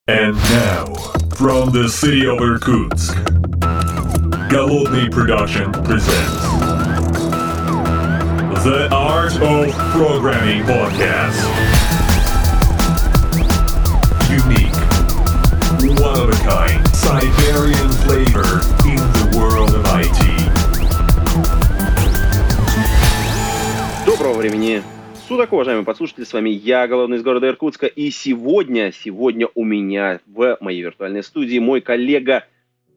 And now, from the city of Irkutsk, Голодный Production presents The Art of Programming Podcast. Unique, one-of-a-kind, Siberian flavor in the world of IT. Доброго времени суток, уважаемые подслушатели, с вами я, Голодный из города Иркутска, и сегодня у меня в моей виртуальной студии мой коллега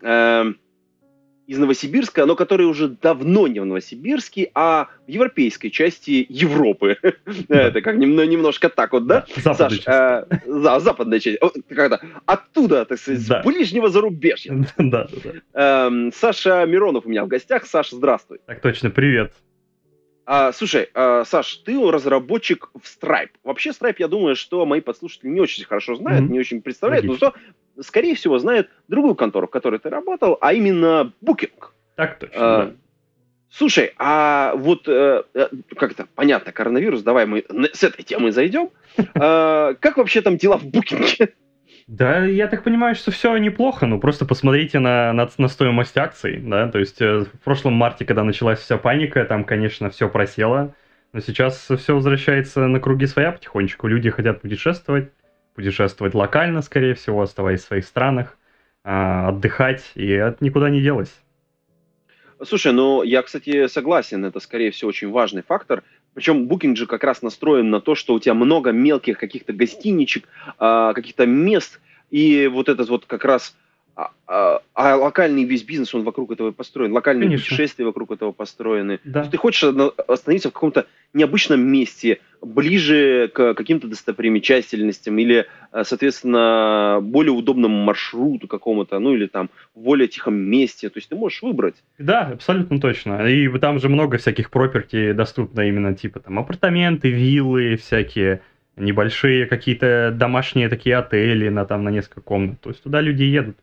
из Новосибирска, но который уже давно не в Новосибирске, а в европейской части Европы. Это как немножко так вот, да? Западная часть. Западная часть. Когда оттуда, так сказать, с ближнего зарубежья. Да. Саша Миронов у меня в гостях. Саша, здравствуй. Так точно, привет. Слушай, Саш, ты разработчик в Stripe. Вообще Stripe, я думаю, что мои подслушатели не очень хорошо знают, не очень представляют, но что, скорее всего, знают другую контору, в которой ты работал, а именно Booking. Так точно, да. Слушай, как-то понятно, коронавирус, давай мы с этой темы зайдем. Как вообще там дела в Booking? Да, я так понимаю, что все неплохо, ну просто посмотрите на стоимость акций, да, то есть в прошлом марте, когда началась вся паника, там, конечно, все просело, но сейчас все возвращается на круги своя потихонечку, люди хотят путешествовать локально, скорее всего, оставаясь в своих странах, отдыхать, и это никуда не делось. Слушай, ну я, кстати, согласен, это, скорее всего, очень важный фактор. Причем Booking же как раз настроен на то, что у тебя много мелких каких-то гостиничек, каких-то мест, и вот этот вот как раз локальный весь бизнес, он вокруг этого построен, локальные путешествия вокруг этого построены. Да. То есть ты хочешь остановиться в каком-то необычном месте, ближе к каким-то достопримечательностям или, соответственно, более удобному маршруту какому-то, ну или там в более тихом месте. То есть ты можешь выбрать. Да, абсолютно точно. И там же много всяких проперти доступно именно типа там апартаменты, виллы всякие, небольшие какие-то домашние такие отели на несколько комнат. То есть туда люди едут.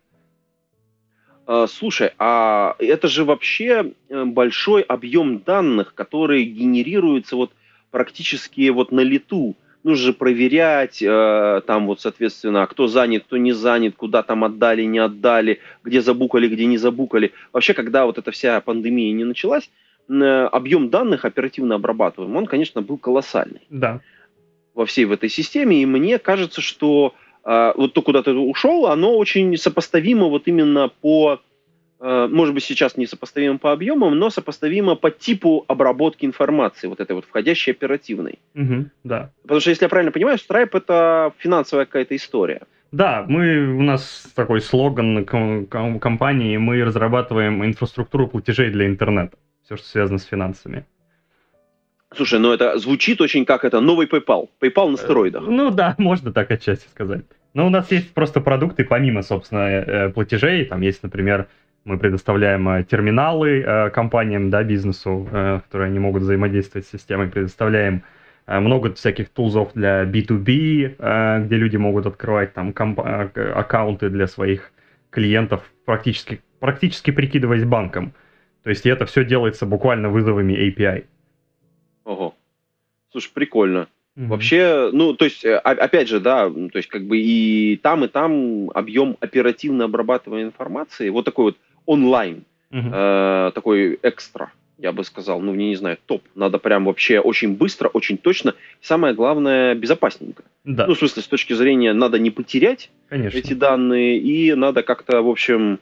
Слушай, а это же вообще большой объем данных, которые генерируются вот практически вот на лету. Нужно же проверять, там вот, соответственно, кто занят, кто не занят, куда там отдали, не отдали, где забукали, где не забукали. Вообще, когда вот эта вся пандемия не началась, объем данных оперативно обрабатываемый, он, конечно, был колоссальный. Да. Во всей в этой системе, и мне кажется, что вот то, куда ты ушел, оно очень сопоставимо вот именно по, может быть, сейчас не сопоставимо по объемам, но сопоставимо по типу обработки информации, вот этой вот входящей оперативной. Да. Потому что, если я правильно понимаю, Stripe — это финансовая какая-то история. Да, у нас такой слоган компании, мы разрабатываем инфраструктуру платежей для интернета, все, что связано с финансами. Слушай, ну это звучит очень как это новый PayPal. PayPal на стероидах. Ну да, можно так отчасти сказать. Но у нас есть просто продукты помимо, собственно, платежей. Там есть, например, мы предоставляем терминалы компаниям, да, бизнесу, которые они могут взаимодействовать с системой. Предоставляем много всяких тулзов для B2B, где люди могут открывать там аккаунты для своих клиентов, практически прикидываясь банком. То есть это все делается буквально вызовами API. Ого. Слушай, прикольно. Вообще, ну, то есть, опять же, да, то есть, как бы и там объем оперативно обрабатываемой информации, вот такой вот онлайн, такой экстра, я бы сказал, ну, не знаю, топ. Надо прям вообще очень быстро, очень точно, и самое главное, безопасненько. Да. Ну, в смысле, с точки зрения, надо не потерять эти данные, и надо как-то, в общем,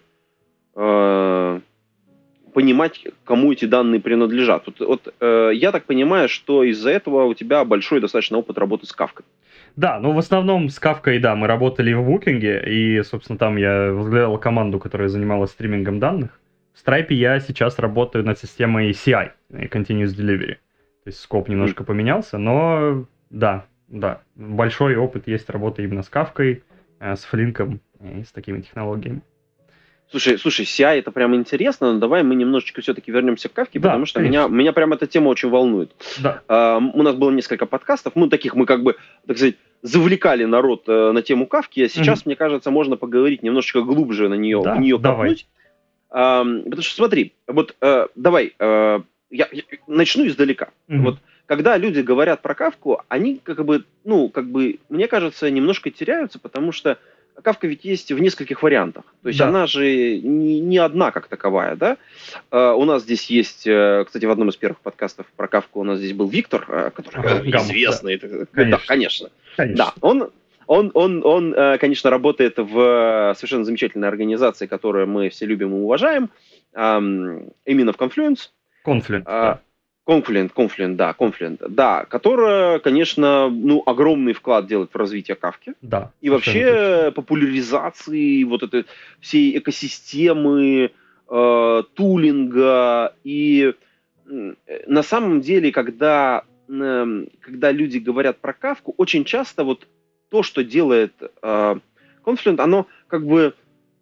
понимать, кому эти данные принадлежат. Я так понимаю, что из-за этого у тебя большой достаточно опыт работы с Kafka. Да, ну в основном с Kafka, да, мы работали в Booking, и, собственно, там я возглавлял команду, которая занималась стримингом данных. В Stripe я сейчас работаю над системой CI, Continuous Delivery. То есть скоп немножко поменялся, но да, большой опыт есть работы именно с Kafka, с Flink и с такими технологиями. Слушай, CI это прям интересно, но давай мы немножечко все-таки вернемся к Kafka, потому что меня прям эта тема очень волнует. Да. У нас было несколько подкастов, мы как бы, так сказать, завлекали народ на тему Kafka, а сейчас, мне кажется, можно поговорить немножечко глубже в нее копнуть. Потому что смотри, вот давай, я начну издалека. Вот когда люди говорят про Kafka, они мне кажется, немножко теряются, потому что Кафка ведь есть в нескольких вариантах. То есть Да. она же не одна как таковая, да? У нас здесь есть, кстати, в одном из первых подкастов про Кафку у нас здесь был Виктор, который Гамов, известный. да. Да, конечно. Конечно. Да, он, конечно, работает в совершенно замечательной организации, которую мы все любим и уважаем, именно в Confluence. Confluent, да. Confluent, да, которая, конечно, огромный вклад делает в развитие Кафки. Да. И вообще популяризации вот этой всей экосистемы, тулинга. И на самом деле, когда люди говорят про Кафку, очень часто вот то, что делает Confluent, оно как бы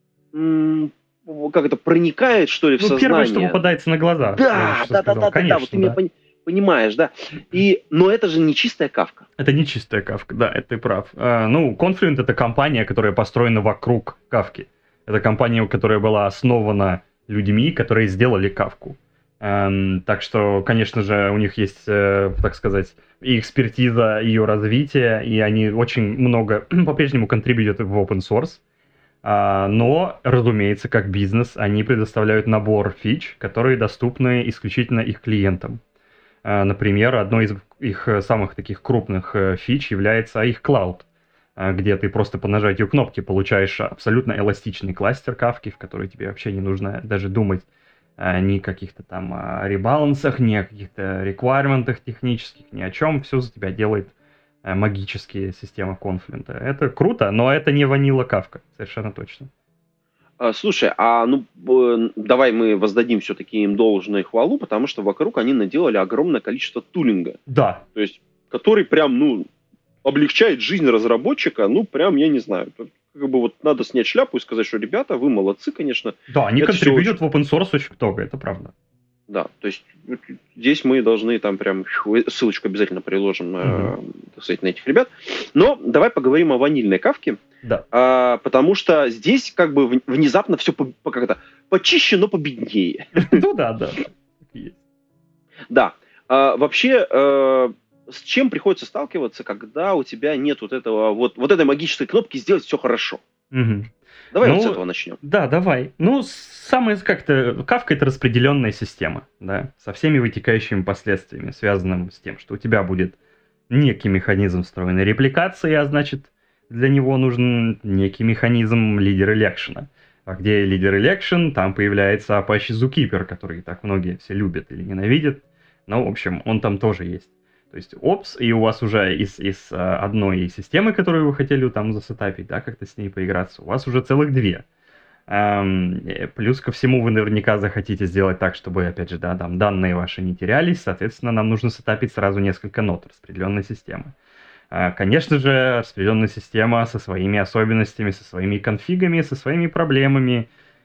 проникает, что ли, в сознание. Первое, что попадается на глаза. Да, вот ты меня понимаешь, да. Но это же не чистая Кафка. Это не чистая Кафка, да, ты прав. Confluent — это компания, которая построена вокруг Кафки. Это компания, которая была основана людьми, которые сделали Кафку. Так что, конечно же, у них есть, так сказать, и экспертиза ее развития, и они очень много по-прежнему контрибьютят в open source. Но, разумеется, как бизнес, они предоставляют набор фич, которые доступны исключительно их клиентам. Например, одной из их самых таких крупных фич является их Cloud, где ты просто по нажатию кнопки получаешь абсолютно эластичный кластер Кафки, в который тебе вообще не нужно даже думать ни о каких-то там ребалансах, ни о каких-то реквайрментах технических, ни о чем. Все за тебя делает магические системы Confluent. Это круто, но это не ванила Кафка, совершенно точно. Слушай, давай мы воздадим все-таки им должное хвалу, потому что вокруг они наделали огромное количество тулинга. Да. То есть, который прям, облегчает жизнь разработчика, прям, я не знаю. Надо снять шляпу и сказать, что, ребята, вы молодцы, конечно. Да, они контрибьютят в open source очень много, это правда. Да, то есть здесь мы должны там прям ссылочку обязательно приложим, так сказать, на этих ребят. Но давай поговорим о ванильной Кафке. Да. Потому что здесь как бы внезапно все как-то почище, но победнее. Да. Да. Вообще, с чем приходится сталкиваться, когда у тебя нет вот этого вот этой магической кнопки «сделать все хорошо»? Давай с этого начнем. Да, давай. Кафка — это распределенная система, да, со всеми вытекающими последствиями, связанными с тем, что у тебя будет некий механизм встроенной репликации, а значит, для него нужен некий механизм лидер элекшена. А где лидер электшн, там появляется Apache Zookeeper, который так многие все любят или ненавидят. В общем, он там тоже есть. То есть, и у вас уже из одной системы, которую вы хотели там засетапить, да, как-то с ней поиграться, у вас уже целых две. Плюс ко всему вы наверняка захотите сделать так, чтобы, опять же, да, там данные ваши не терялись, соответственно, нам нужно сетапить сразу несколько нод распределенной системы. Конечно же, распределенная система со своими особенностями, со своими конфигами, со своими проблемами.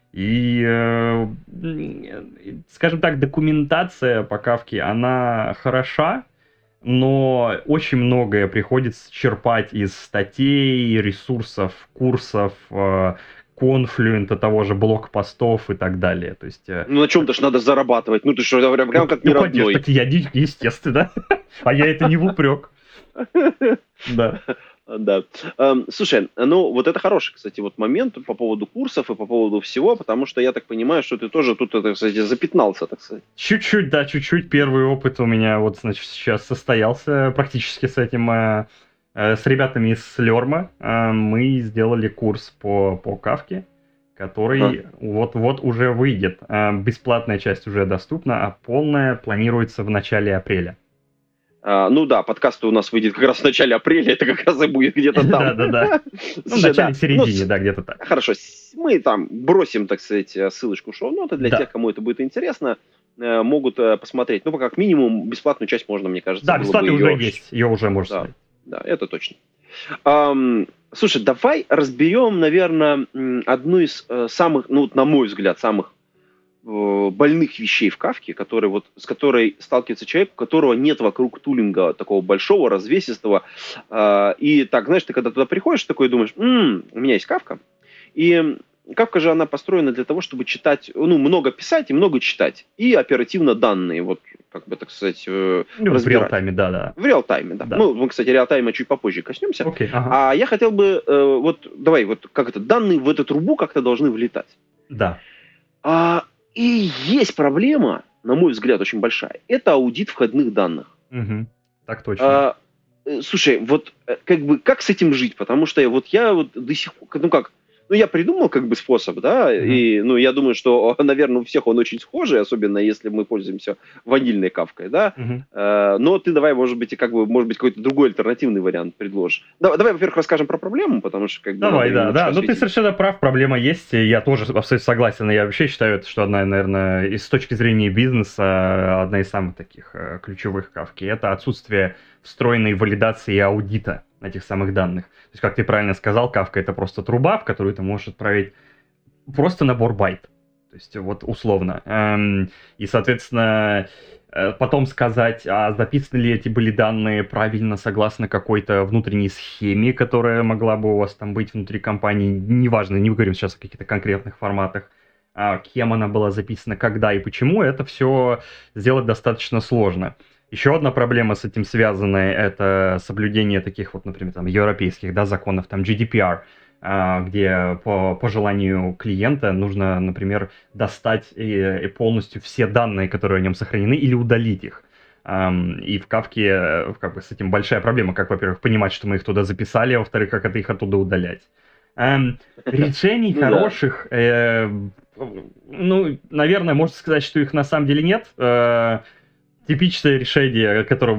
И, скажем так, документация по Кафке, она хороша, но очень многое приходится черпать из статей, ресурсов, курсов, Confluent, того же блокпостов и так далее. То есть, на чем-то ж надо зарабатывать. Ты что, прям как не родной. Так естественно. А я это не в упрек. Да. Да. Слушай, вот это хороший, кстати, момент по поводу курсов и по поводу всего, потому что я так понимаю, что ты тоже тут, так сказать, запятнался, так сказать. Чуть-чуть. Первый опыт у меня сейчас состоялся практически с этим, с ребятами из Слерма. Мы сделали курс по Кафке, который вот уже выйдет. Бесплатная часть уже доступна, а полная планируется в начале апреля. Подкаст у нас выйдет как раз в начале апреля, это как раз и будет где-то там. Да. В начале-середине, да, где-то так. Хорошо, мы там бросим, так сказать, ссылочку в шоу-ноты для тех, кому это будет интересно, могут посмотреть. Как минимум, бесплатную часть можно, мне кажется. Да, бесплатная уже есть, ее уже можно смотреть. Да, это точно. Слушай, давай разберем, наверное, одну из самых, на мой взгляд, самых больных вещей в Кафке, с которой сталкивается человек, у которого нет вокруг тулинга такого большого, развесистого. И так, знаешь, ты когда туда приходишь, такой думаешь, у меня есть Кафка. И Кафка же, она построена для того, чтобы читать, много писать и много читать. И оперативно данные. как бы, так сказать, В разбирать. реал-тайме, да. В реал-тайме, да. Ну, мы, кстати, реал-тайма чуть попозже коснемся. Окей, ага. А я хотел бы, данные в эту трубу как-то должны влетать. Да. И есть проблема, на мой взгляд, очень большая. Это аудит входных данных. Угу. Так точно. Слушай, вот как с этим жить? Потому что я до сих пор, я придумал способ, да, и, я думаю, что, наверное, у всех он очень схожий, особенно если мы пользуемся ванильной кавкой, да, но ты давай, может быть, какой-то другой альтернативный вариант предложишь. Давай, во-первых, расскажем про проблему, потому что Давай, да, ну ты совершенно прав, проблема есть, и я тоже абсолютно согласен, я вообще считаю, что одна, наверное, с точки зрения бизнеса, одна из самых таких ключевых кавки, это отсутствие встроенной валидации и аудита этих самых данных. То есть, как ты правильно сказал, Kafka — это просто труба, в которую ты можешь отправить просто набор байт. То есть, вот условно. И, соответственно, потом сказать, а записаны ли эти были данные правильно, согласно какой-то внутренней схеме, которая могла бы у вас там быть внутри компании. Неважно, не говорим сейчас о каких-то конкретных форматах. Кем она была записана, когда и почему, это все сделать достаточно сложно. Еще одна проблема с этим связанная — это соблюдение таких вот, например, там, европейских, да, законов, там, GDPR, где по желанию клиента нужно, например, достать и полностью все данные, которые о нем сохранены, или удалить их. И в Kafka с этим большая проблема, как, во-первых, понимать, что мы их туда записали, а во-вторых, как это их оттуда удалять. Решений хороших, наверное, можно сказать, что их на самом деле нет. Типичное решение,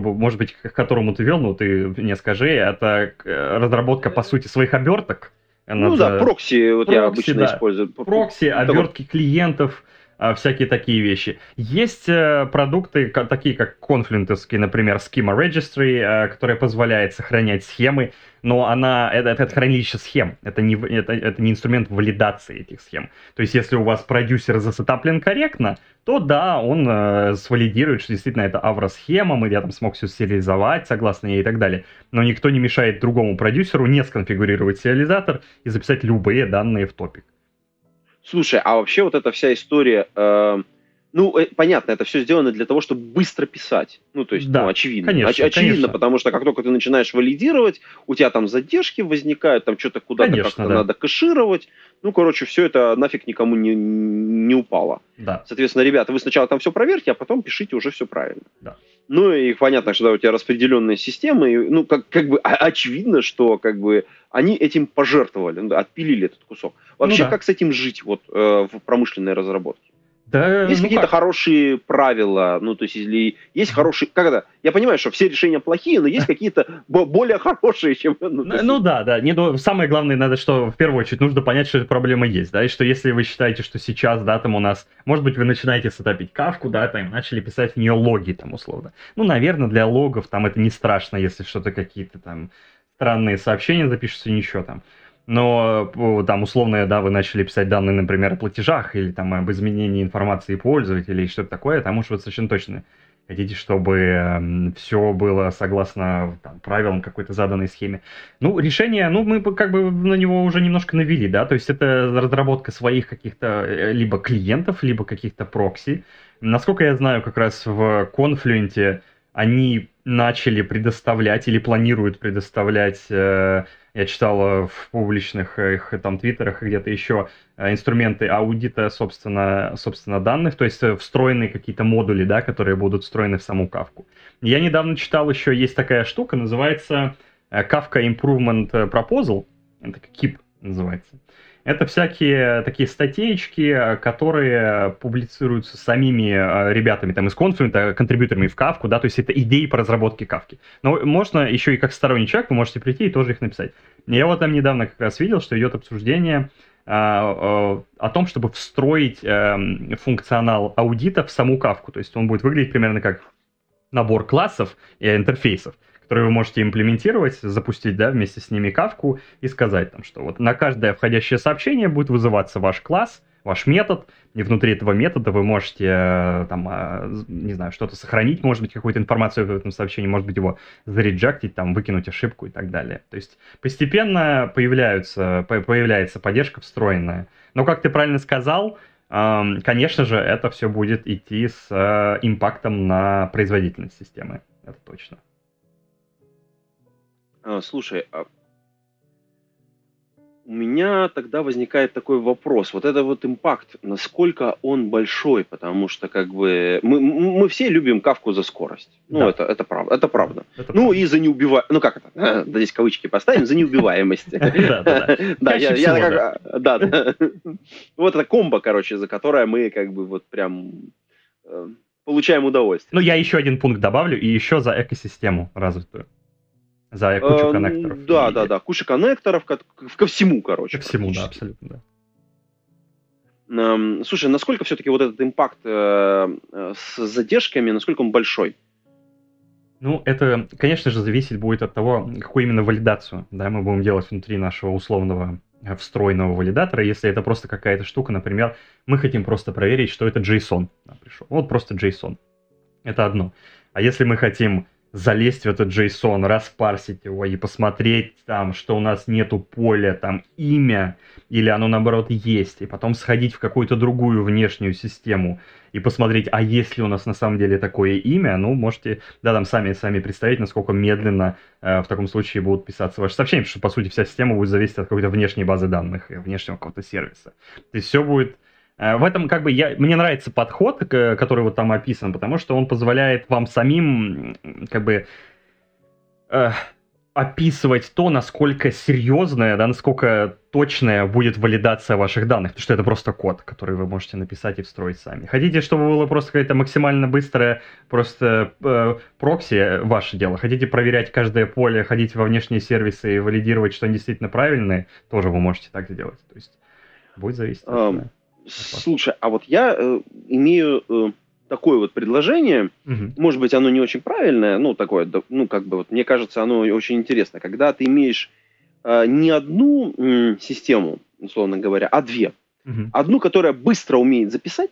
к которому ты вел, ты мне скажи, это разработка, по сути, своих оберток. Прокси, я обычно использую. Прокси, обертки клиентов, всякие такие вещи. Есть продукты, такие как Confluent, например, Schema Registry, которая позволяет сохранять схемы, но это хранилище схем, это не инструмент валидации этих схем. То есть, если у вас продюсер засетаплен корректно, то да, он свалидирует, что действительно это авросхема, я там смог все сериализовать согласно ней и так далее. Но никто не мешает другому продюсеру не сконфигурировать сериализатор и записать любые данные в топик. Слушай, а вообще вот эта вся история, понятно, это все сделано для того, чтобы быстро писать. Очевидно. Конечно. Потому что как только ты начинаешь валидировать, у тебя там задержки возникают, там что-то куда-то как-то надо кэшировать. Все это нафиг никому не упало. Да. Соответственно, ребята, вы сначала там все проверьте, а потом пишите уже все правильно. Да. И понятно, что у тебя распределенная система, и, очевидно, что они этим пожертвовали, отпилили этот кусок. Вообще, как с этим жить в промышленной разработке? Да, есть какие-то хорошие правила, или есть хорошие... Я понимаю, что все решения плохие, но есть какие-то более хорошие, чем... Самое главное, что в первую очередь нужно понять, что эта проблема есть, да, и что если вы считаете, что сейчас, да, там у нас... Может быть, вы начинаете сетапить Kafka, да, там, начали писать в нее логи, там, условно. Наверное, для логов там это не страшно, если что-то какие-то там странные сообщения запишутся, ничего там. Но там условно, да, вы начали писать данные, например, о платежах или там об изменении информации пользователей или что-то такое, потому что вы совершенно точно хотите, чтобы все было согласно правилам какой-то заданной схеме. Решение, мы на него уже немножко навели, да, то есть это разработка своих каких-то либо клиентов, либо каких-то прокси. Насколько я знаю, как раз в Confluent они начали предоставлять или планируют предоставлять, я читал в публичных их там твиттерах и где-то еще, инструменты аудита, собственно, данных, то есть встроенные какие-то модули, да, которые будут встроены в саму Kafka. Я недавно читал еще, есть такая штука, называется Kafka Improvement Proposal, это KIP называется. Это всякие такие статейки, которые публицируются самими ребятами там из Confluent, контрибьюторами в Kafka, да, то есть это идеи по разработке Kafka. Но можно еще и как сторонний человек, вы можете прийти и тоже их написать. Я там недавно как раз видел, что идет обсуждение о том, чтобы встроить функционал аудита в саму Kafka, то есть он будет выглядеть примерно как набор классов и интерфейсов, которые вы можете имплементировать, запустить, да, вместе с ними Kafka и сказать там, что на каждое входящее сообщение будет вызываться ваш класс, ваш метод, и внутри этого метода вы можете не знаю, что-то сохранить, может быть, какую-то информацию в этом сообщении, может быть, его зареджектить, выкинуть ошибку и так далее. То есть постепенно появляется поддержка встроенная. Но, как ты правильно сказал, Конечно же, это все будет идти с импактом на производительность системы. Это точно. Слушай, у меня тогда возникает такой вопрос. Вот это вот импакт, насколько он большой? Потому что как бы мы все любим Кафку за скорость. Ну, Да. это правда. Это правда. Это Ну, правда. и за неубиваемость. Ну, как это? Да, здесь кавычки поставим. За неубиваемость. Да. Да, Чаще всего, да. Вот это комбо, короче, за которое мы как бы вот прям получаем удовольствие. Ну, я еще один пункт добавлю, и еще за экосистему развитую. За кучу коннекторов. Да. Куча коннекторов ко всему, короче. Ко всему, да, практически. абсолютно, да. Слушай, насколько все-таки вот этот импакт с задержками, насколько он большой? Ну, это, конечно же, зависеть будет от того, какую именно валидацию, да, мы будем делать внутри нашего условного встроенного валидатора. Если это просто какая-то штука, например, мы хотим просто проверить, что это JSON пришел. Вот просто JSON. Это одно. А если мы хотим залезть в этот JSON, распарсить его и посмотреть там, что у нас нету поля, там, имя, или оно, наоборот, есть, и потом сходить в какую-то другую внешнюю систему и посмотреть, а есть ли у нас на самом деле такое имя, ну, можете, да, там, сами представить, насколько медленно в таком случае будут писаться ваши сообщения, потому что, по сути, вся система будет зависеть от какой-то внешней базы данных, внешнего какого-то сервиса. То есть все будет... В этом как бы мне нравится подход, который вот там описан, потому что он позволяет вам самим как бы описывать то, насколько серьезная, да, насколько точная будет валидация ваших данных, потому что это просто код, который вы можете написать и встроить сами. Хотите, чтобы было просто какая-то максимально быстрая просто прокси, ваше дело. Хотите проверять каждое поле, ходить во внешние сервисы и валидировать, что они действительно правильные, тоже вы можете так сделать. То есть будет зависеть от... Слушай, а вот я имею такое вот предложение, может быть, оно не очень правильное, ну, такое, ну, как бы, вот, мне кажется, оно очень интересно. Когда ты имеешь не одну систему, условно говоря, а две. Одну, которая быстро умеет записать,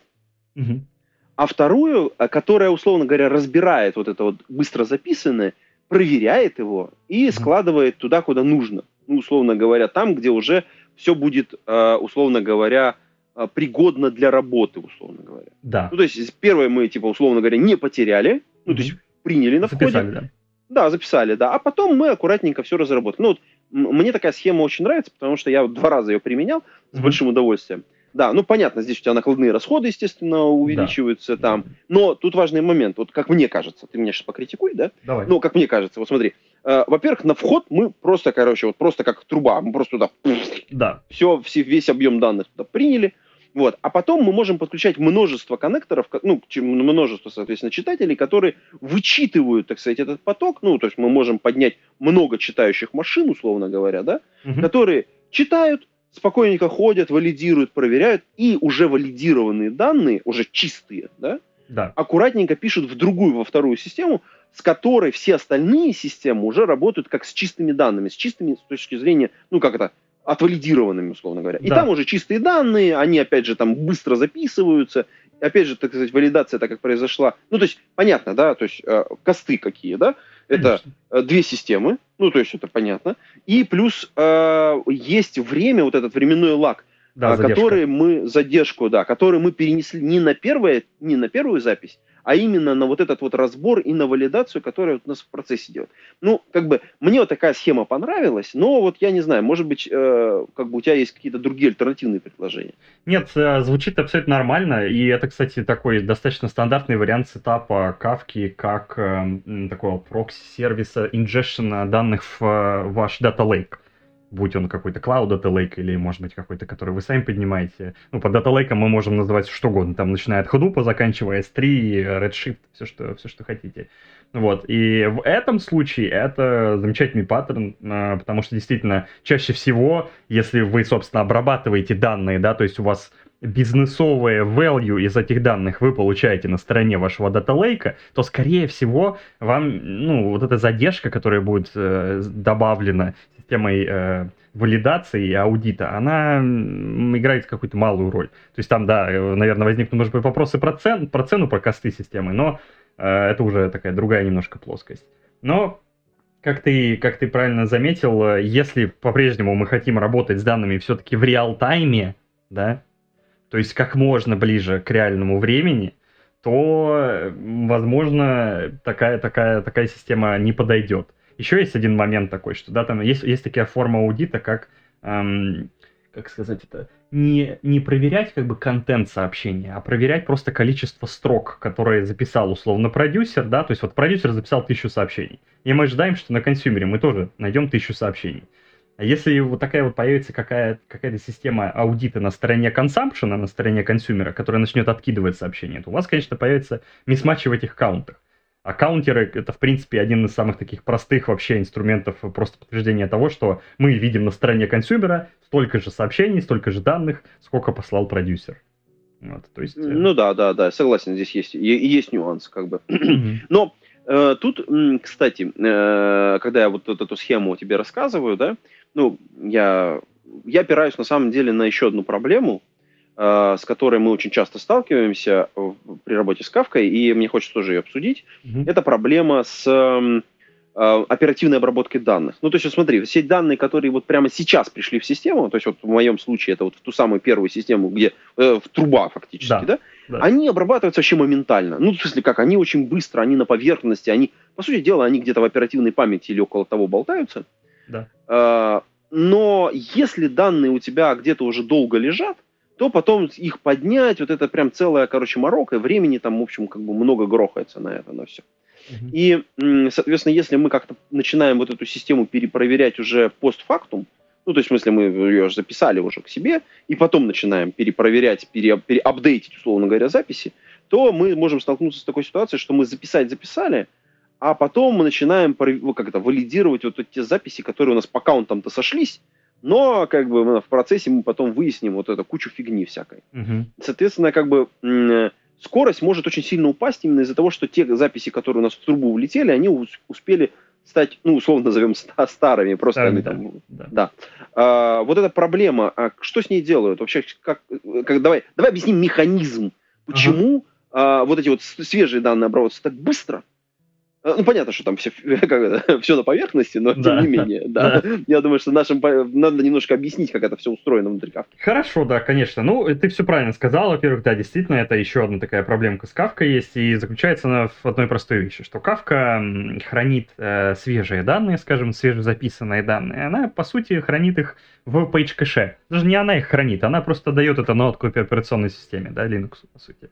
а вторую, которая, условно говоря, разбирает вот это вот быстро записанное, проверяет его и складывает туда, куда нужно. Ну, условно говоря, там, где уже все будет, условно говоря, пригодно для работы, условно говоря. Да. Ну, то есть, первое мы, типа, условно говоря, не потеряли, ну, то есть, приняли на входе. Записали, да. Да, записали, да. А потом мы аккуратненько все разработали. Ну, вот, мне такая схема очень нравится, потому что я 2 раза ее применял с большим удовольствием. Да, ну, понятно, здесь у тебя накладные расходы, естественно, увеличиваются там. Но тут важный момент. Вот как мне кажется, ты меня сейчас покритикуй, да? Давай. Ну, как мне кажется, вот смотри. Во-первых, на вход мы просто, короче, вот просто как труба. Мы просто туда... Да. Весь объем данных туда приняли. Вот. А потом мы можем подключать множество коннекторов, ну, множество, соответственно, читателей, которые вычитывают, так сказать, этот поток. Ну, то есть мы можем поднять много читающих машин, условно говоря, да, которые читают, спокойненько ходят, валидируют, проверяют, и уже валидированные данные, уже чистые, да, аккуратненько пишут во вторую систему, с которой все остальные системы уже работают как с чистыми данными, с чистыми с точки зрения, ну, как это, отвалидированными, условно говоря. И там уже чистые данные, они, опять же, там быстро записываются. Опять же, так сказать, валидация, так как произошла. Ну, то есть, понятно, да, то есть, косты какие, да? Это 2 системы, ну, то есть, это понятно. И плюс есть время, вот этот временной лаг, который который мы перенесли не на первую запись, а именно на вот этот вот разбор и на валидацию, которая у нас в процессе идет. Ну, как бы, мне вот такая схема понравилась, но вот я не знаю, может быть, как бы у тебя есть какие-то другие альтернативные предложения? Нет, звучит абсолютно нормально, и это, кстати, такой достаточно стандартный вариант сетапа Kafka, как такого прокси-сервиса инжешена данных в ваш Data Lake. Будь он какой-то Cloud Data Lake или, может быть, какой-то, который вы сами поднимаете. Ну, под Data Lake мы можем называть что угодно. Там, начиная от Hadoop, заканчивая S3, Redshift, все, что хотите. Вот. И в этом случае это замечательный паттерн, потому что, действительно, чаще всего, если вы, собственно, обрабатываете данные, да, то есть у вас бизнесовое value из этих данных вы получаете на стороне вашего Data Lake, то, скорее всего, вам, ну, вот эта задержка, которая будет добавлена системой валидации и аудита, она играет какую-то малую роль. То есть там, да, наверное, возникнут, может быть, вопросы про цену, про косты системы, но это уже такая другая немножко плоскость. Но, как ты правильно заметил, если по-прежнему мы хотим работать с данными все-таки в реал-тайме, да, то есть как можно ближе к реальному времени, то, возможно, такая система не подойдет. Еще есть один момент такой, что да, там есть такая форма аудита, как сказать это, не проверять как бы контент сообщения, а проверять просто количество строк, которые записал условно продюсер, да, то есть вот продюсер записал 1000 сообщений, и мы ожидаем, что на консюмере мы тоже найдем 1000 сообщений. А если вот такая вот появится какая-то система аудита на стороне консампшена, на стороне консюмера, которая начнет откидывать сообщения, то у вас, конечно, появится мисматчи в этих каунтах. А каунтеры — это, в принципе, один из самых таких простых вообще инструментов просто подтверждения того, что мы видим на стороне консюмера столько же сообщений, столько же данных, сколько послал продюсер. Вот, то есть... Ну да, согласен, здесь есть нюанс, как бы. Но тут, кстати, когда я вот эту схему тебе рассказываю, да, ну, я опираюсь на самом деле на еще одну проблему, с которой мы очень часто сталкиваемся при работе с Kafka, и мне хочется тоже ее обсудить. Это проблема с оперативной обработкой данных. Ну, то есть, вот смотри, все данные, которые вот прямо сейчас пришли в систему, то есть вот в моем случае это вот в ту самую первую систему, где в труба фактически, да, они обрабатываются вообще моментально. Ну, в смысле как, они очень быстро, они на поверхности, они, по сути дела, они где-то в оперативной памяти или около того болтаются. Да. Но если данные у тебя где-то уже долго лежат, то потом их поднять, вот это прям целая, короче, морока, времени там, в общем, как бы много грохается на это, на все. И, соответственно, если мы как-то начинаем вот эту систему перепроверять уже постфактум, ну, то есть, в смысле, мы ее записали уже к себе, и потом начинаем перепроверять, переапдейтить, условно говоря, записи, то мы можем столкнуться с такой ситуацией, что мы записали, а потом мы начинаем валидировать вот те записи, которые у нас по каунтам-то сошлись, но как бы в процессе мы потом выясним вот эту кучу фигни всякой. Соответственно, как бы скорость может очень сильно упасть именно из-за того, что те записи, которые у нас в трубу улетели, они успели стать, ну, условно назовем, старыми. Просто старыми, они там... Да. Вот эта проблема, что с ней делают? Вообще, давай объясним механизм, почему вот эти вот свежие данные обрабатываются так быстро. Ну, понятно, что там все на поверхности, но тем не менее, да. Я думаю, что надо немножко объяснить, как это все устроено внутри Kafka. Хорошо, да, конечно. Ну, ты все правильно сказал. Во-первых, да, действительно, это еще одна такая проблемка с Kafka есть, и заключается она в одной простой вещи, что Kafka хранит свежие данные, скажем, свежезаписанные данные. Она, по сути, хранит их в page-кэше. Даже не она их хранит, она просто дает это на откопе операционной системе, да, Linux, по сути.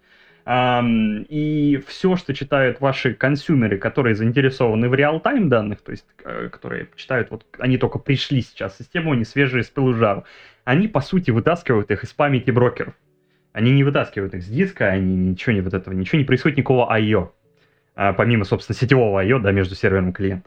И все, что читают ваши консюмеры, которые заинтересованы в реал-тайм данных, то есть которые читают, вот они только пришли сейчас в систему, они свежие с пылу жару, они, по сути, вытаскивают их из памяти брокеров. Они не вытаскивают их с диска, они ничего не происходит, никакого I.O. Помимо, собственно, сетевого I.O., да, между сервером и клиентом.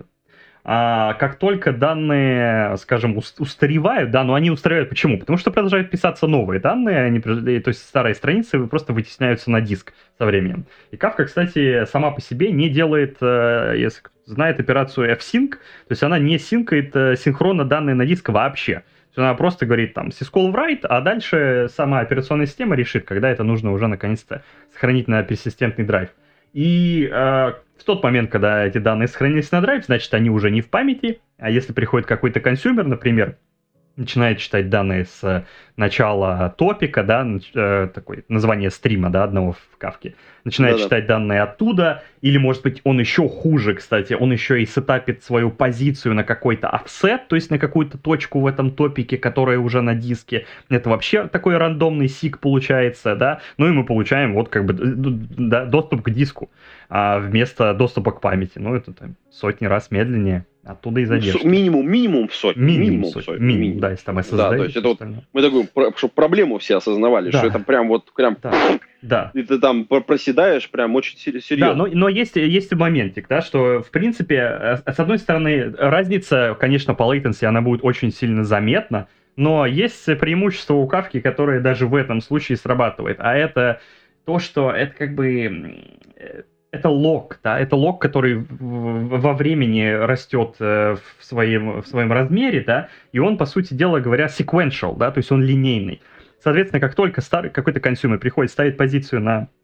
А как только данные, скажем, устаревают, да, но они устаревают почему? Потому что продолжают писаться новые данные, то есть старые страницы просто вытесняются на диск со временем. И Kafka, кстати, сама по себе не делает, если кто знает, операцию f-sync, то есть она не синкает синхронно данные на диск вообще. То есть она просто говорит там syscall write, а дальше сама операционная система решит, когда это нужно уже наконец-то сохранить на персистентный драйв. И в тот момент, когда эти данные сохранились на драйв, значит, они уже не в памяти. А если приходит какой-то консюмер, например, начинает читать данные с начала топика, да, такое название стрима, да, одного в Kafka, начинает читать данные оттуда, или, может быть, он еще хуже, кстати, он еще и сетапит свою позицию на какой-то офсет, то есть на какую-то точку в этом топике, которая уже на диске. Это вообще такой рандомный сик получается, да, ну и мы получаем вот как бы доступ к диску вместо доступа к памяти. Ну, это там сотни раз медленнее. Оттуда и задержка. Минимум в сотню. Минимум, да, если там SSD. Да, то есть это вот, мы такую, чтобы проблему все осознавали, что это прям вот, да. И ты там проседаешь прям очень серьезно. Да, но есть моментик, да, что, в принципе, с одной стороны, разница, конечно, по latency, она будет очень сильно заметна, но есть преимущество у Kafka, которое даже в этом случае срабатывает, а это то, что это как бы... Это лог, да, это лог, который во времени растет в своем размере, да, и он, по сути дела говоря, sequential, да, то есть он линейный. Соответственно, как только какой-то консюмер приходит, ставит позицию на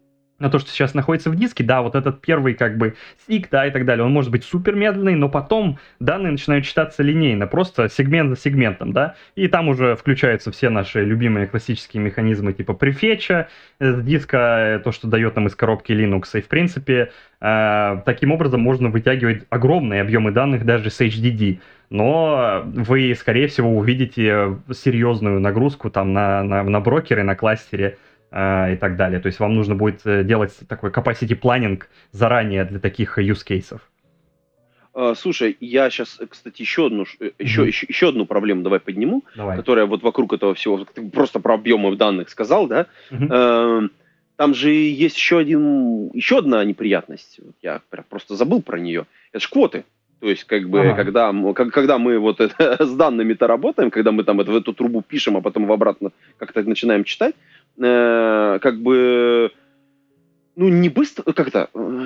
на то, что сейчас находится в диске, да, вот этот первый как бы стик, да, и так далее, он может быть супер медленный, но потом данные начинают читаться линейно, просто сегмент за сегментом, да, и там уже включаются все наши любимые классические механизмы типа префетча с диска, то, что дает нам из коробки Linux, и в принципе таким образом можно вытягивать огромные объемы данных даже с HDD, но вы, скорее всего, увидите серьезную нагрузку там на брокеры, на кластере, и так далее. То есть вам нужно будет делать такой capacity planning заранее для таких use cases. Слушай, я сейчас, кстати, еще одну проблему давай подниму, которая вот вокруг этого всего, ты просто про объемы данных сказал, да? Там же есть еще одна неприятность, я просто забыл про нее, это ж квоты. То есть, как бы, когда мы вот с данными-то работаем, когда мы там в эту трубу пишем, а потом обратно как-то начинаем читать, как бы, ну, не быстро, как-то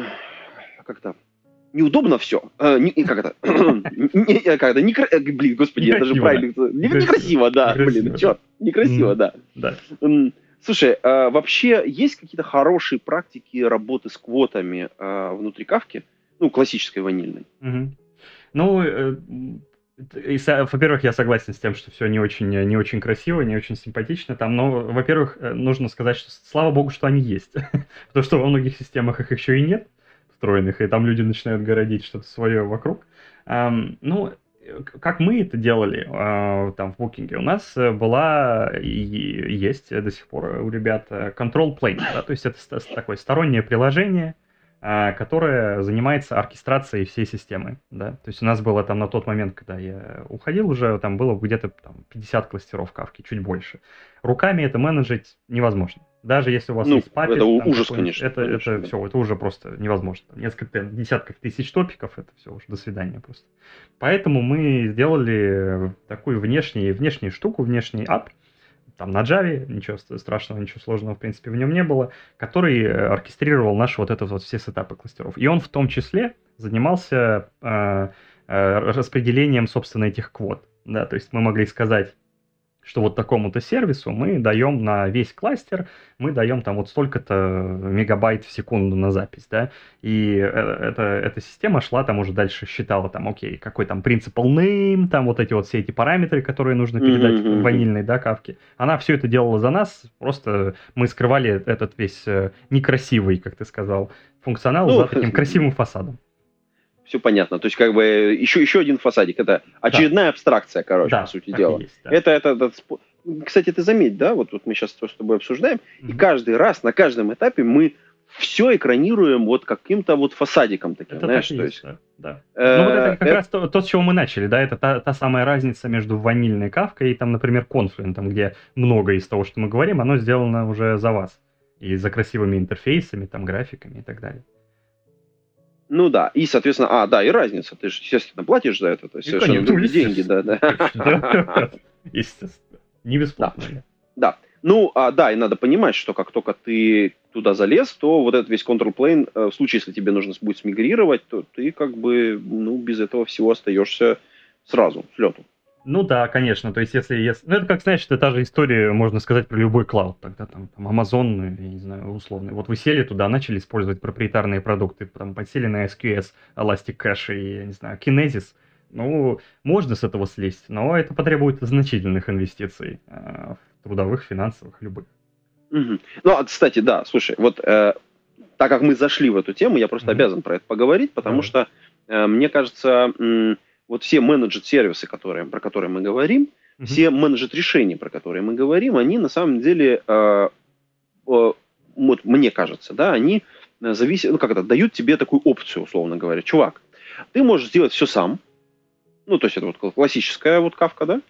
неудобно все. Блин, господи, это же правильно. Некрасиво, да. Блин, черт, некрасиво, да. Слушай, вообще есть какие-то хорошие практики работы с квотами внутри Кафки? Ну, классической ванильной. Ну, во-первых, я согласен с тем, что все не очень красиво, не очень симпатично там, но, во-первых, нужно сказать, что слава богу, что они есть, потому что во многих системах их еще и нет встроенных, и там люди начинают городить что-то свое вокруг. Ну, как мы это делали там в Booking, у нас была и есть до сих пор у ребят Control Plane, да, то есть это такое стороннее приложение, которая занимается оркестрацией всей системы, да, то есть у нас было там на тот момент, когда я уходил уже, там было где-то там 50 кластеров Кафки, чуть больше. Руками это менеджить невозможно, даже если у вас есть Puppet. Это ужас, конечно. Это все, это уже просто невозможно. Несколько десятков тысяч топиков, это все уже до свидания просто. Поэтому мы сделали такую внешнюю штуку, внешний ап, там на Java, ничего страшного, ничего сложного, в принципе, в нем не было, который оркестрировал наши вот все сетапы кластеров. И он в том числе занимался распределением, собственно, этих квот. Да, то есть мы могли сказать, что вот такому-то сервису мы даем на весь кластер, мы даем там вот столько-то мегабайт в секунду на запись, да, и эта система шла там уже дальше, считала там, окей, какой там principal name, там вот все эти параметры, которые нужно передать в ванильной, да, Кафке, она все это делала за нас, просто мы скрывали этот весь некрасивый, как ты сказал, функционал за таким красивым фасадом. Все понятно. То есть, как бы, еще один фасадик. Это очередная абстракция, короче, по сути дела. Есть, да. Это, кстати, ты заметь, да, вот мы сейчас с тобой обсуждаем, и каждый раз, на каждом этапе мы все экранируем вот каким-то вот фасадиком таким, это знаешь, так то есть. Да. Ну, вот это как раз то, с чего мы начали, да, это та самая разница между ванильной Кафкой и, там, например, Confluent, где много из того, что мы говорим, оно сделано уже за вас. И за красивыми интерфейсами, там, графиками и так далее. Ну да, и, соответственно, и разница, ты же, естественно, платишь за это, то есть совершенно другие деньги, да. Естественно, не бесплатно. Да, ну, и надо понимать, что как только ты туда залез, то вот этот весь control plane, в случае, если тебе нужно будет смигрировать, то ты как бы, без этого всего остаешься сразу, с лету. Ну да, конечно, то есть если... Ну это как, знаешь, это та же история, можно сказать, про любой клауд, тогда там Amazon, я не знаю, условный. Вот вы сели туда, начали использовать проприетарные продукты, там подсели на SQS, Elastic Cache и, я не знаю, Kinesis, ну, можно с этого слезть, но это потребует значительных инвестиций, трудовых, финансовых, любых. Ну, кстати, да, слушай, вот так как мы зашли в эту тему, я просто обязан про это поговорить, потому что, мне кажется... Вот все менеджер-сервисы, про которые мы говорим, все менеджер-решения, про которые мы говорим, они на самом деле, вот мне кажется, да, они зависят, дают тебе такую опцию, условно говоря. Чувак, ты можешь сделать все сам, ну, то есть это вот классическая вот Кафка, да,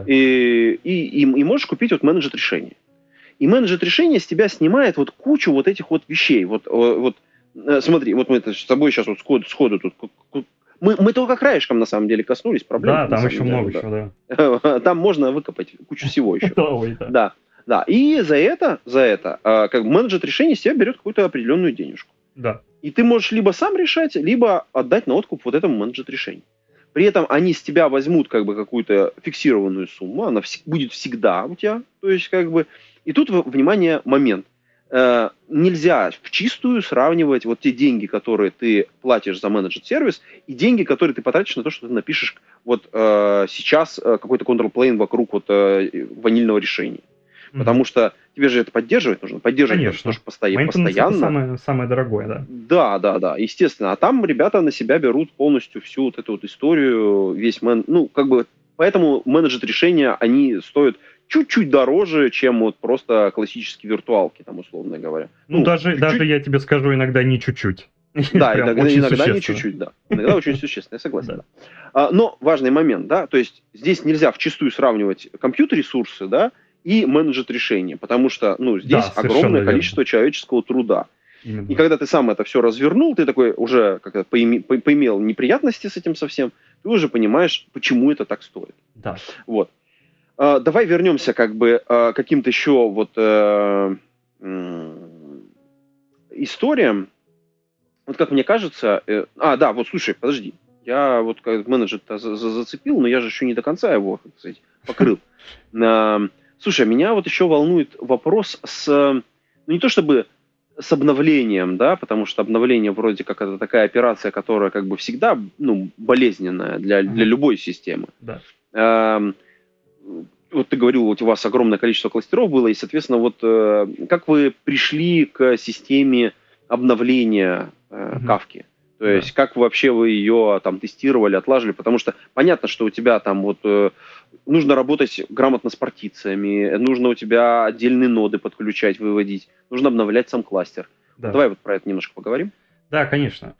и можешь купить вот менеджер-решение. И менеджер-решение с тебя снимает вот кучу вот этих вот вещей. Вот смотри, вот мы с тобой сейчас вот сходу тут... Мы только краешком, на самом деле, коснулись проблем. Да, там еще много чего, да. Там можно выкопать кучу всего еще. Да. И за это, как бы менеджер решений с тебя берет какую-то определенную денежку. Да. И ты можешь либо сам решать, либо отдать на откуп вот этому менеджер решению. При этом они с тебя возьмут как бы какую-то фиксированную сумму, она будет всегда у тебя. То есть, как бы. И тут, внимание, момент. нельзя в чистую сравнивать вот те деньги, которые ты платишь за менеджер сервис, и деньги, которые ты потратишь на то, что ты напишешь вот сейчас какой-то control-plane вокруг вот ванильного решения. Потому что тебе же это поддерживать нужно. Поддерживать Конечно. тоже постоянно. Это самое дорогое, да. Да, естественно. А там ребята на себя берут полностью всю вот эту вот историю, весь поэтому менеджер решения, они стоят чуть-чуть дороже, чем вот просто классические виртуалки, там, условно говоря. Даже я тебе скажу, иногда не чуть-чуть. Да, иногда не чуть-чуть, да. Иногда очень существенно, я согласен. Да. Но важный момент, да, то есть здесь нельзя вчистую сравнивать компьютер-ресурсы, да, и менеджер решения, потому что, здесь огромное количество человеческого труда. Именно. И когда ты сам это все развернул, ты такой уже поимел неприятности с этим совсем, ты уже понимаешь, почему это так стоит. Да. Вот. Давай вернемся к каким-то еще историям. Вот как мне кажется... слушай, подожди. Я вот менеджер-то зацепил, но я же еще не до конца его, так сказать, покрыл. Слушай, меня вот еще волнует вопрос не то чтобы с обновлением, да, потому что обновление вроде как это такая операция, которая как бы всегда, болезненная для любой системы. Да. Вот ты говорил, вот у вас огромное количество кластеров было, и, соответственно, вот как вы пришли к системе обновления Kafka? То есть, как вообще вы ее там тестировали, отлаживали? Потому что понятно, что у тебя там вот нужно работать грамотно с партициями, нужно у тебя отдельные ноды подключать, выводить, нужно обновлять сам кластер. Да. Давай вот про это немножко поговорим. Да, конечно.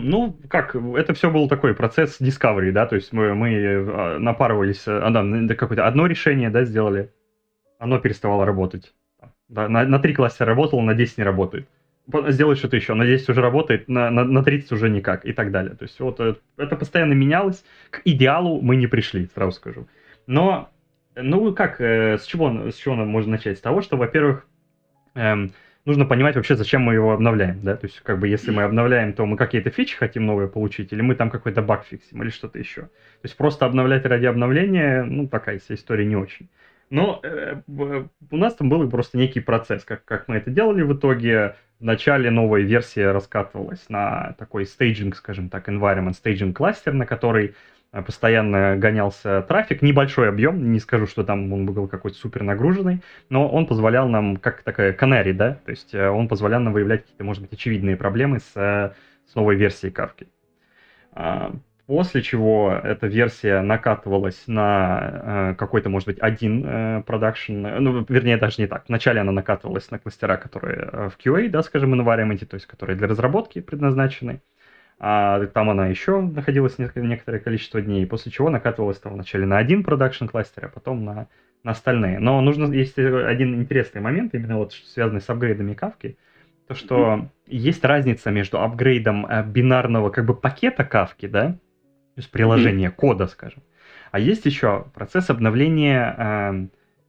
Это все был такой процесс discovery, да, то есть мы напарывались, какое-то одно решение, да, сделали, оно переставало работать. Да, на 3 кластера работало, на 10 не работает. Сделай что-то еще, на 10 уже работает, на 30 уже никак, и так далее. То есть вот это постоянно менялось. К идеалу мы не пришли, сразу скажу. Но, с чего можно начать? С того, что, во-первых, нужно понимать вообще, зачем мы его обновляем, да, то есть, если мы обновляем, то мы какие-то фичи хотим новые получить, или мы там какой-то баг фиксим, или что-то еще. То есть, просто обновлять ради обновления, такая вся история не очень. Но у нас там был просто некий процесс, как мы это делали в итоге. Вначале новая версия раскатывалась на такой staging, скажем так, environment, staging кластер, на который постоянно гонялся трафик, небольшой объем, не скажу, что там он был какой-то супер нагруженный, но он позволял нам, как такая канарий, да, то есть он позволял нам выявлять какие-то, может быть, очевидные проблемы с новой версией Kafka. После чего эта версия накатывалась на какой-то, может быть, один продакшн, вернее, даже не так. Вначале она накатывалась на кластера, которые в QA, да, скажем, environment, то есть которые для разработки предназначены. Там она еще находилась некоторое количество дней, после чего накатывалась там вначале на один продакшн кластер, а потом на остальные. Но есть один интересный момент, именно вот связанный с апгрейдами Kafka, то что есть разница между апгрейдом бинарного как бы пакета Kafka, да, то есть приложения, кода, скажем. А есть еще процесс обновления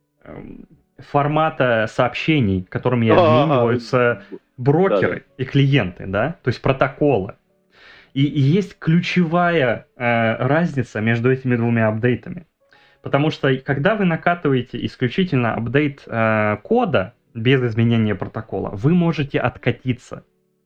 формата сообщений, которыми обмениваются брокеры и клиенты, да, то есть протоколы. И есть ключевая разница между этими двумя апдейтами. Потому что когда вы накатываете исключительно апдейт кода без изменения протокола, вы можете откатиться.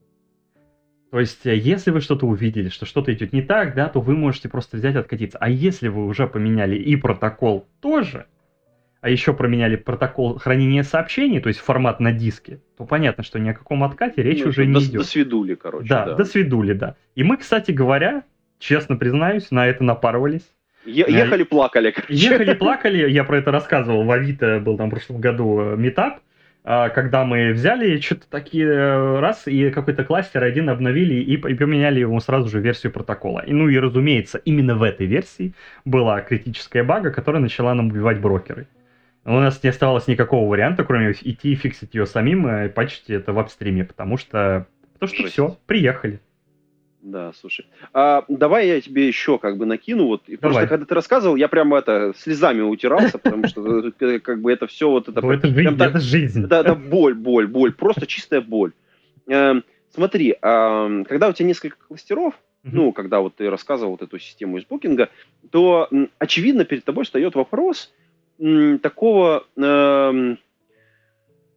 То есть, если вы что-то увидели, что что-то идет не так, да, то вы можете просто взять и откатиться. А если вы уже поменяли и протокол тоже, а еще променяли протокол хранения сообщений, то есть формат на диске, то понятно, что ни о каком откате речь уже не идет. До свидули, короче. Да, до свидули, да. И мы, кстати говоря, честно признаюсь, на это напарывались. Ехали-плакали. Ехали-плакали, я про это рассказывал, в Авито был там в прошлом году митап, когда мы взяли что-то такие раз, и какой-то кластер один обновили и поменяли ему сразу же версию протокола. И разумеется, именно в этой версии была критическая бага, которая начала нам убивать брокеры. У нас не оставалось никакого варианта, кроме идти и фиксить ее самим, и патчить это в апстриме, потому что все, приехали. Да, слушай. Давай я тебе еще накину. Вот. Просто когда ты рассказывал, я прямо слезами утирался, потому что это все вот это... Это жизнь. Это боль, просто чистая боль. Смотри, когда у тебя несколько кластеров, когда вот ты рассказывал вот эту систему из букинга, то очевидно перед тобой встает вопрос такого...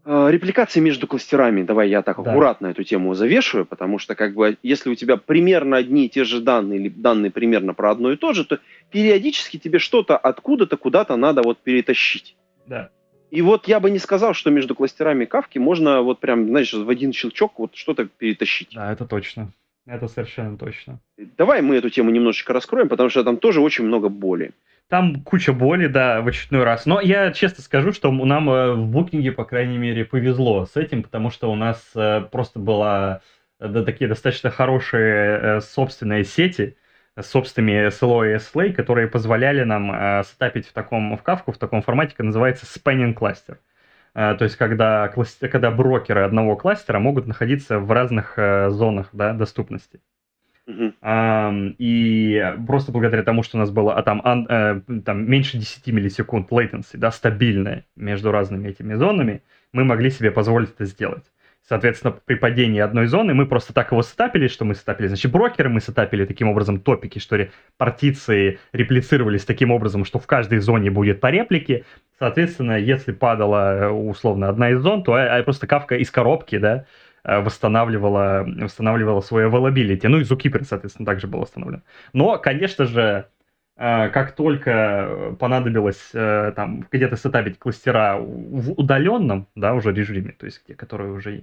Репликации между кластерами, давай я так Да. аккуратно эту тему завешиваю, потому что как бы если у тебя примерно одни и те же данные, или данные примерно про одно и то же, то периодически тебе что-то откуда-то куда-то надо вот перетащить. Да. И вот я бы не сказал, что между кластерами Кафки можно вот прям, знаешь, в один щелчок вот что-то перетащить. Да, это точно. Это совершенно точно. Давай мы эту тему немножечко раскроем, потому что там тоже очень много боли. Там куча боли, да, в очередной раз. Но я честно скажу, что нам в букинге, по крайней мере, повезло с этим, потому что у нас просто была такие достаточно хорошие собственные сети с собственными SLO и SLA, которые позволяли нам сетапить в Kafka в таком формате, как называется spanning cluster. То есть, когда брокеры одного кластера могут находиться в разных зонах, да, доступности. И просто благодаря тому, что у нас было там меньше 10 миллисекунд latency, да, стабильное между разными этими зонами, мы могли себе позволить это сделать. Соответственно, при падении одной зоны мы просто так его сетапили, что мы сетапили, значит, брокеры, мы сетапили таким образом топики, что партиции реплицировались таким образом, что в каждой зоне будет по реплике. Соответственно, если падала условно одна из зон, то просто Kafka из коробки, да, восстанавливала свой availability. Ну и Zookeeper, соответственно, также был восстановлен. Но, конечно же, как только понадобилось там где-то сетапить кластера в удаленном, да, уже режиме, то есть те, которые уже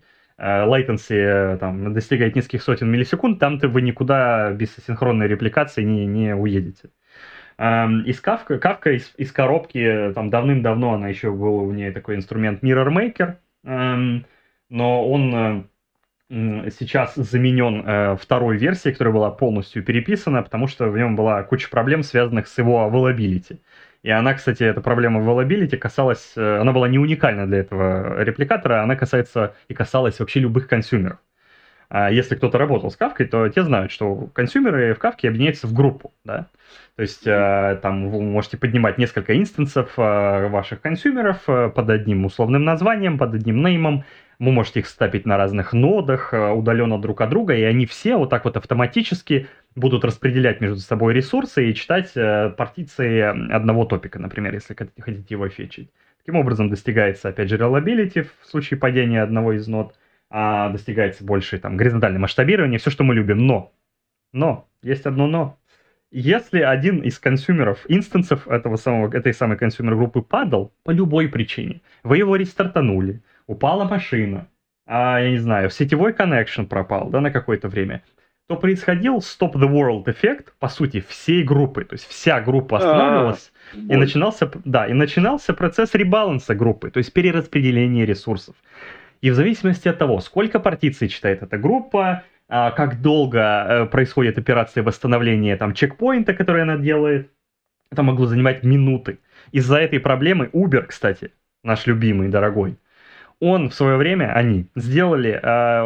latency там достигает нескольких сотен миллисекунд, там вы никуда без асинхронной репликации не уедете. Из Kafka из коробки, там давным-давно она еще был у нее такой инструмент Mirror Maker, но он сейчас заменен второй версией, которая была полностью переписана, потому что в нем была куча проблем, связанных с его availability. И она, кстати, эта проблема availability касалась, она была не уникальна для этого репликатора, она касалась вообще любых консюмеров. Если кто-то работал с Kafka, то те знают, что консюмеры в Kafka объединяются в группу, да. То есть там вы можете поднимать несколько инстансов ваших консюмеров под одним условным названием, под одним неймом. Вы можете их ставить на разных нодах, удаленно друг от друга, и они все вот так вот автоматически будут распределять между собой ресурсы и читать партиции одного топика, например, если хотите его фетчить. Таким образом достигается, опять же, reliability в случае падения одного из нод, достигается больше там горизонтальное масштабирование, все, что мы любим. Но, есть одно но. Если один из консюмеров, инстансов этой самой консюмер-группы падал по любой причине, вы его рестартанули, упала машина, я не знаю, сетевой коннекшн пропал, да, на какое-то время, то происходил stop the world эффект, по сути, всей группы. То есть вся группа останавливалась, и начинался процесс ребаланса группы, то есть перераспределение ресурсов. И в зависимости от того, сколько партиций читает эта группа, как долго происходит операция восстановления там, чекпоинта, который она делает, это могло занимать минуты. Из-за этой проблемы Uber, кстати, наш любимый, дорогой, он в свое время, они сделали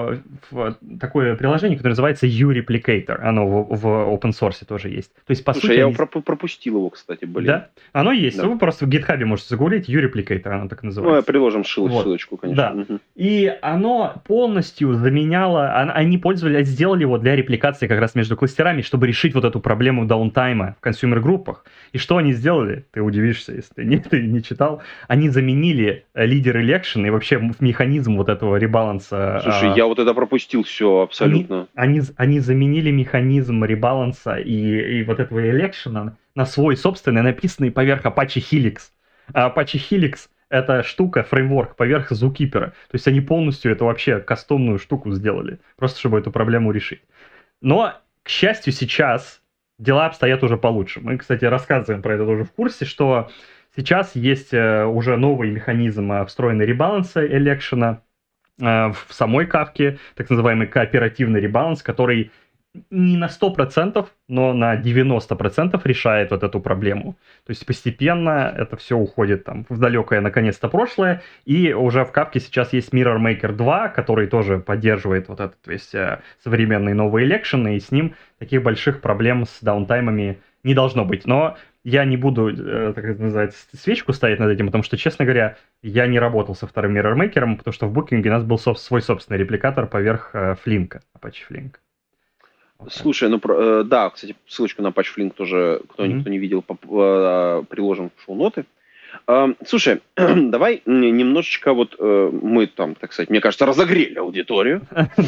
такое приложение, которое называется uReplicator. Оно в open source тоже есть. То есть, по сути, я пропустил его, кстати, блин. Да? Оно есть. Да. Вы просто в GitHub можете загуглить uReplicator, оно так называется. Приложим ссылочку, конечно. Да. И оно полностью заменяло, они сделали его для репликации как раз между кластерами, чтобы решить вот эту проблему даунтайма в консюмер-группах. И что они сделали? Ты удивишься, если ты не читал. Они заменили лидер election и вообще механизм вот этого ребаланса. Слушай, я вот это пропустил все абсолютно. Они заменили механизм ребаланса и вот этого элекшена на свой собственный, написанный поверх Apache Helix. А Apache Helix — это штука, фреймворк поверх Zookeeper. То есть они полностью это вообще кастомную штуку сделали, просто чтобы эту проблему решить. Но, к счастью, сейчас дела обстоят уже получше. Мы, кстати, рассказываем про это тоже в курсе, что сейчас есть уже новый механизм встроенный ребаланса элекшена в самой Kafka, так называемый кооперативный ребаланс, который не на 100%, но на 90% решает вот эту проблему. То есть постепенно это все уходит там в далекое наконец-то прошлое, и уже в Kafka сейчас есть Mirror Maker 2, который тоже поддерживает вот этот весь современный новый элекшен, и с ним таких больших проблем с даунтаймами не должно быть. Но я не буду, так это называется, свечку ставить над этим, потому что, честно говоря, я не работал со вторым Mirror Maker, потому что в Booking у нас был свой собственный репликатор поверх Flink, Apache Flink. Слушай, да, кстати, ссылочку на Apache Flink тоже, кто не видел, приложим в шоу-ноты. Слушай, давай немножечко вот мы там, так сказать, мне кажется, разогрели аудиторию.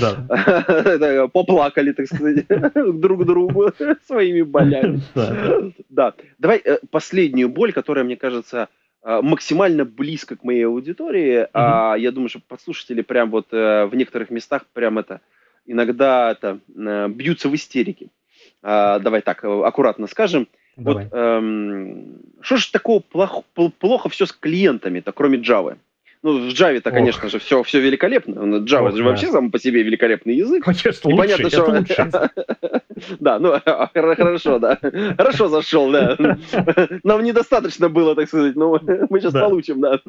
Да. Поплакали, так сказать, друг другу своими болями. Да. Давай последнюю боль, которая, мне кажется, максимально близко к моей аудитории. Я думаю, что подслушатели прям вот в некоторых местах прям это иногда бьются в истерике. Давай так, аккуратно скажем. Давай. Вот, что же такого плохо все с клиентами-то, кроме Java? Ну, в Java-то, конечно же, все великолепно. Java же вообще сам по себе великолепный язык. Конечно, лучший, это лучший. Да, ну, хорошо, да. Хорошо зашел, да. Нам недостаточно было, так сказать, но мы сейчас получим, да.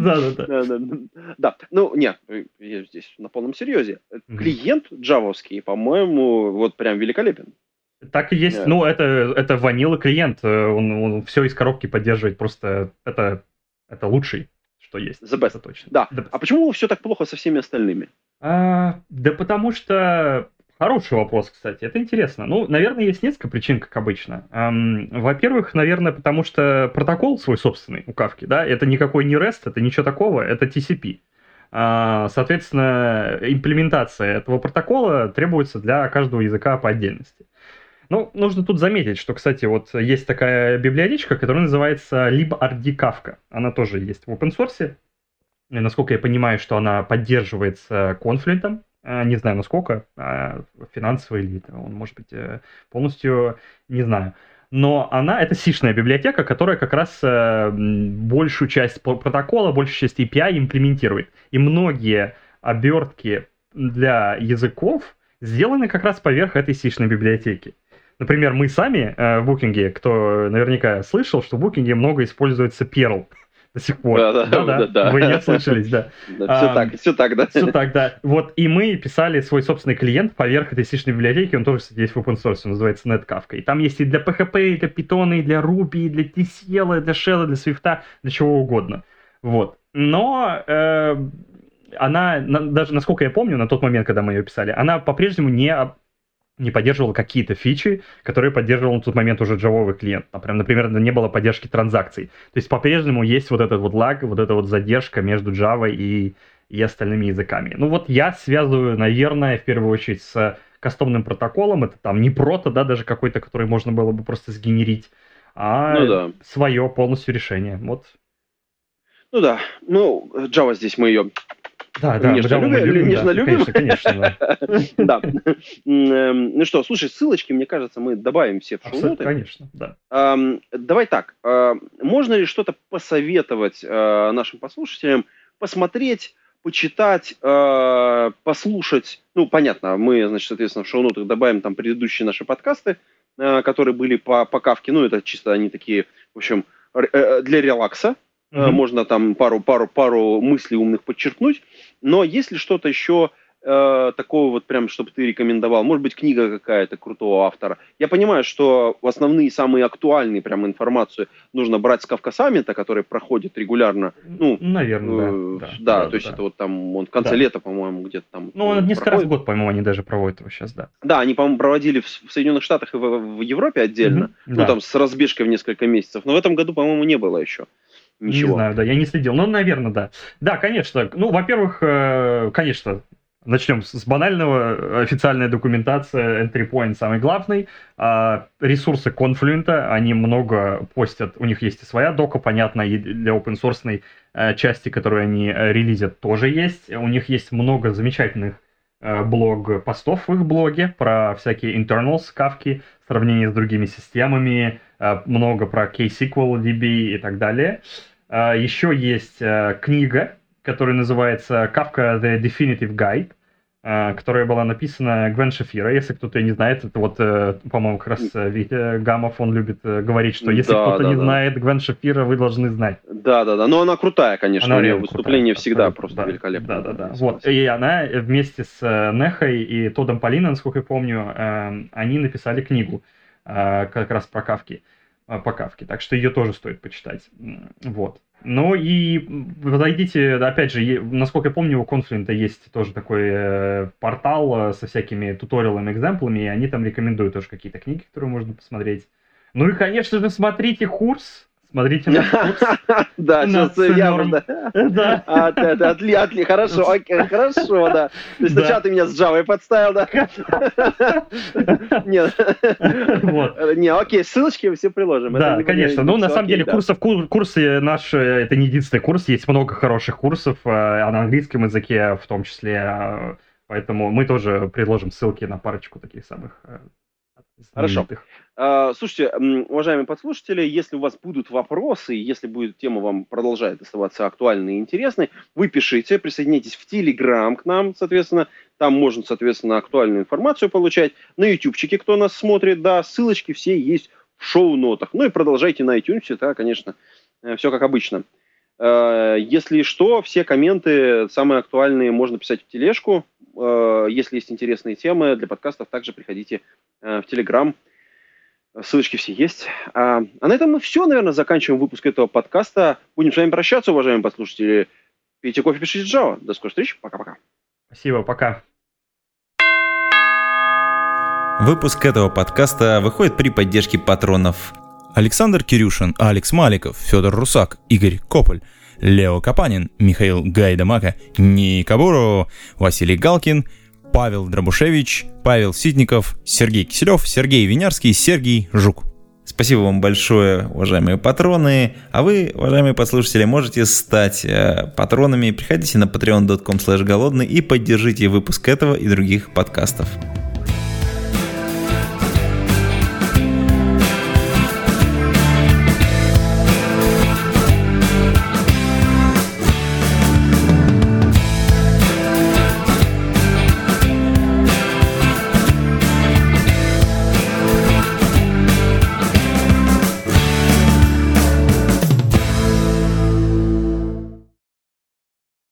Да, ну, нет, я здесь на полном серьезе. Клиент джавовский, по-моему, вот прям великолепен. Так и есть. Ну, это ванила клиент. Он все из коробки поддерживает. Просто это лучший, что есть. The best. Это точно. Да. А почему все так плохо со всеми остальными? Да потому что... Хороший вопрос, кстати. Это интересно. Ну, наверное, есть несколько причин, как обычно. Во-первых, наверное, потому что протокол свой собственный у Kafka, да, это никакой не REST, это ничего такого, это TCP. Соответственно, имплементация этого протокола требуется для каждого языка по отдельности. Ну, нужно тут заметить, что, кстати, вот есть такая библиотечка, которая называется librd Kafka. Она тоже есть в open source. И, насколько я понимаю, что она поддерживается Confluent. Не знаю, насколько, финансово или он, может быть, полностью, не знаю. Но это C-шная библиотека, которая как раз большую часть протокола, большую часть API имплементирует. И многие обертки для языков сделаны как раз поверх этой C-шной библиотеки. Например, мы сами в Booking, кто наверняка слышал, что в Booking много используется Perl до сих пор. Да. Вы не слышались, да. Все так, да. Все так, да. Вот, и мы писали свой собственный клиент поверх этой C-шной библиотеки, он тоже, кстати, есть в open source, он называется NetKafka. И там есть и для PHP, и для Python, и для Ruby, и для TCL, и для Shell, и для Swift, для чего угодно. Вот. Но она, даже насколько я помню, на тот момент, когда мы ее писали, она по-прежнему не поддерживал какие-то фичи, которые поддерживал на тот момент уже джавовый клиент. Например, не было поддержки транзакций. То есть по-прежнему есть вот этот вот лаг, вот эта вот задержка между Java и остальными языками. Ну вот я связываю, наверное, в первую очередь с кастомным протоколом. Это там не прото, да, даже какой-то, который можно было бы просто сгенерить, а свое полностью решение. Вот. Ну да, Java здесь мы ее... Да, нежно любим. Конечно. Да. Ну что, слушай, ссылочки, мне кажется, мы добавим все в шоу-ноты. Конечно, да. Давай так, можно ли что-то посоветовать нашим послушателям, посмотреть, почитать, послушать? Ну, понятно, мы, значит, соответственно, в шоу-нотах добавим там предыдущие наши подкасты, которые были по Кафке. Ну, это чисто они такие, в общем, для релакса. Можно там пару мыслей умных подчеркнуть. Но есть ли что-то еще такого вот прям, чтобы ты рекомендовал? Может быть, книга какая-то крутого автора? Я понимаю, что основные, самые актуальные прям информацию нужно брать с Kafka Summit, который проходит регулярно. Ну, наверное, да. То есть это вот там, он в конце лета, по-моему, где-то там. Ну, он несколько раз в год, по-моему, они даже проводят его сейчас, да. Да, они, по-моему, проводили в Соединенных Штатах и в Европе отдельно. Ну, там с разбежкой в несколько месяцев. Но в этом году, по-моему, не было еще. Ничего. Не знаю, да, я не следил. Ну, наверное, да. Да, конечно. Ну, во-первых, конечно, начнем с банального. Официальная документация, entry point самый главный. Ресурсы Confluent, они много постят. У них есть и своя дока, понятно, и для open-source части, которые они релизят, тоже есть. У них есть много замечательных блог-постов в их блоге про всякие internals Kafka, сравнение с другими системами, много про KSQL, DB и так далее. Еще есть книга, которая называется Kafka The Definitive Guide, которая была написана Гвен Шефира. Если кто-то не знает, это вот, по-моему, как раз Витя Гамов, он любит говорить, что если кто-то не знает Гвен Шефира, вы должны знать. Да. Но она крутая, конечно, у нее выступление всегда просто великолепное. Да. Вот. И она вместе с Нехой и Тодом Полино, насколько я помню, они написали книгу как раз про Kafka. По Кафке, так что ее тоже стоит почитать. Вот. Ну и зайдите, опять же, насколько я помню, у Confluent есть тоже такой портал со всякими туториалами, экземплами, и они там рекомендуют тоже какие-то книги, которые можно посмотреть. Ну и, конечно же, смотрите курс Смотрите наш курс. Да, сейчас я... Да. Хорошо, окей, хорошо, да. То есть сначала ты меня с Java подставил, да? Нет. Не, окей, ссылочки все приложим. Да, конечно. Ну, на самом деле, курсы наши, это не единственный курс, есть много хороших курсов, а на английском языке в том числе, поэтому мы тоже предложим ссылки на парочку таких самых знаменитых. Хорошо. Слушайте, уважаемые подслушатели, если у вас будут вопросы, если будет тема вам продолжает оставаться актуальной и интересной, вы пишите, присоединяйтесь в Telegram к нам, соответственно, там можно, соответственно, актуальную информацию получать. На ютубчике, кто нас смотрит, да, ссылочки все есть в шоу-нотах. Ну и продолжайте на iTunes, да, конечно, все как обычно. Если что, все комменты, самые актуальные, можно писать в тележку. Если есть интересные темы для подкастов, также приходите в Telegram. Ссылочки все есть. А на этом мы все, наверное, заканчиваем выпуск этого подкаста. Будем с вами прощаться, уважаемые послушатели. Пейте кофе, пишите Java. До скорых встреч. Пока-пока. Спасибо, пока. Выпуск этого подкаста выходит при поддержке патронов: Александр Кирюшин, Алекс Маликов, Федор Русак, Игорь Кополь, Лео Капанин, Михаил Гайдамака, Ника Бурова, Василий Галкин, Павел Дробушевич, Павел Ситников, Сергей Киселев, Сергей Винярский, Сергей Жук. Спасибо вам большое, уважаемые патроны. А вы, уважаемые подслушатели, можете стать патронами. Приходите на patreon.com/голодный и поддержите выпуск этого и других подкастов.